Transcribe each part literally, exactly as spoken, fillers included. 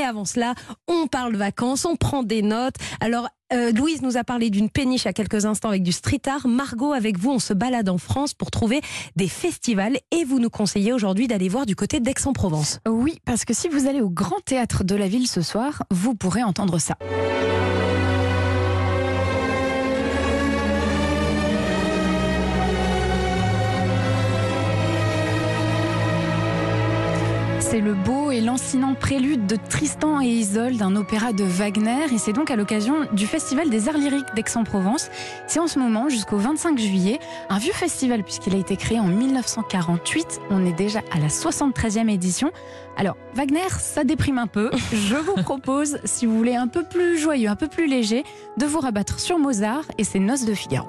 avant cela, on parle vacances, on prend des notes. Alors, euh, Louise nous a parlé d'une péniche il y a quelques instants avec du street art. Margot, avec vous, on se balade en France pour trouver des festivals et vous nous conseillez aujourd'hui d'aller voir du côté d'Aix-en-Provence. Oui, parce que si vous allez au Grand Théâtre de la ville ce soir, vous pourrez entendre ça. C'est le beau et lancinant prélude de Tristan et Isolde, un opéra de Wagner. Et c'est donc à l'occasion du Festival des Arts Lyriques d'Aix-en-Provence. C'est en ce moment, jusqu'au vingt-cinq juillet, un vieux festival puisqu'il a été créé en mille neuf cent quarante-huit. On est déjà à la soixante-treizième édition. Alors, Wagner, ça déprime un peu. Je vous propose, si vous voulez un peu plus joyeux, un peu plus léger, de vous rabattre sur Mozart et ses Noces de Figaro.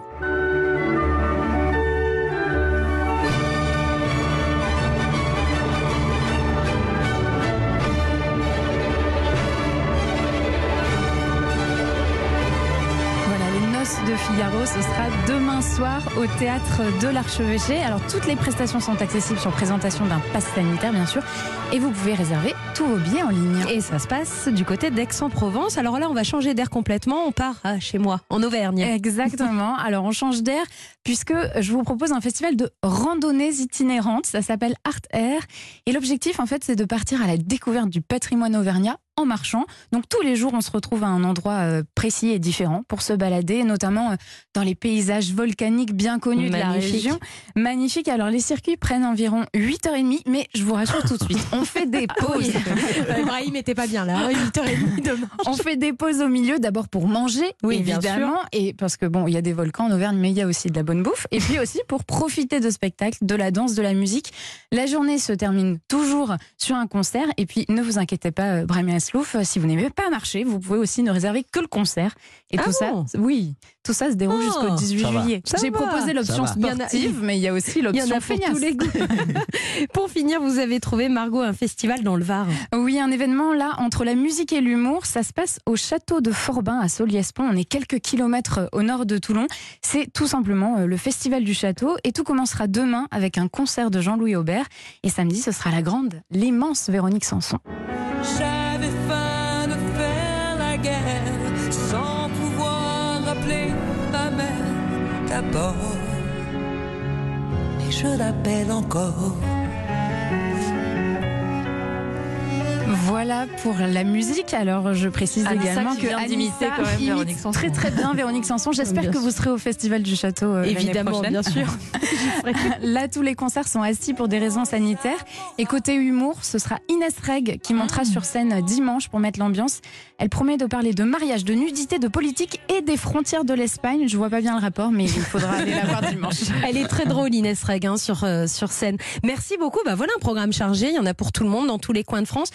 De Figaro, ce sera demain soir au théâtre de l'Archevêché. Alors toutes les prestations sont accessibles sur présentation d'un pass sanitaire bien sûr et vous pouvez réserver tous vos billets en ligne. Et ça se passe du côté d'Aix-en-Provence. Alors là on va changer d'air complètement, on part à chez moi, en Auvergne. Exactement, alors on change d'air puisque je vous propose un festival de randonnées itinérantes, ça s'appelle Art Air et l'objectif en fait c'est de partir à la découverte du patrimoine auvergnat en marchant. Donc tous les jours, on se retrouve à un endroit euh, précis et différent pour se balader, notamment euh, dans les paysages volcaniques bien connus Magnifique. de la région. Magnifique. Alors les circuits prennent environ huit heures trente, mais je vous rassure tout de suite, on fait des pauses. Ah oui. Ibrahim n'était pas bien là, huit heures trente de marche. On fait des pauses au milieu, d'abord pour manger, oui, évidemment, et parce que bon, il y a des volcans en Auvergne, mais il y a aussi de la bonne bouffe, et puis aussi pour profiter de spectacles, de la danse, de la musique. La journée se termine toujours sur un concert, et puis ne vous inquiétez pas, Brahim Slouf, si vous n'aimez pas marcher, vous pouvez aussi ne réserver que le concert. Et ah tout bon ça, oui, tout ça se déroule oh, jusqu'au dix-huit juillet. J'ai proposé l'option sportive, mais il y a aussi l'option feignasse. Tous les goûts. Pour finir, vous avez trouvé, Margot, un festival dans le Var. Oui, un événement là, entre la musique et l'humour. Ça se passe au château de Forbin à Soliespont. On est quelques kilomètres au nord de Toulon. C'est tout simplement le festival du château. Et tout commencera demain avec un concert de Jean-Louis Aubert. Et samedi, ce sera la grande, l'immense Véronique Sanson. J'avais faim de faire la guerre sans pouvoir appeler ma mère d'abord, mais je l'appelle encore. Voilà pour la musique. Alors je précise Anissa également que Anissa d'imiter quand même Véronique Sanson. Très très bien Véronique Sanson. J'espère que vous serez au Festival du Château euh, évidemment, l'année prochaine. bien sûr. Là, tous les concerts sont assis pour des raisons sanitaires. Et côté humour, ce sera Inès Reg qui montera ah. sur scène dimanche pour mettre l'ambiance. Elle promet de parler de mariage, de nudité, de politique et des frontières de l'Espagne. Je vois pas bien le rapport, mais il faudra aller la voir dimanche. Elle est très drôle, Inès Reg, hein, sur, euh, sur scène. Merci beaucoup. Bah voilà un programme chargé. Il y en a pour tout le monde dans tous les coins de France.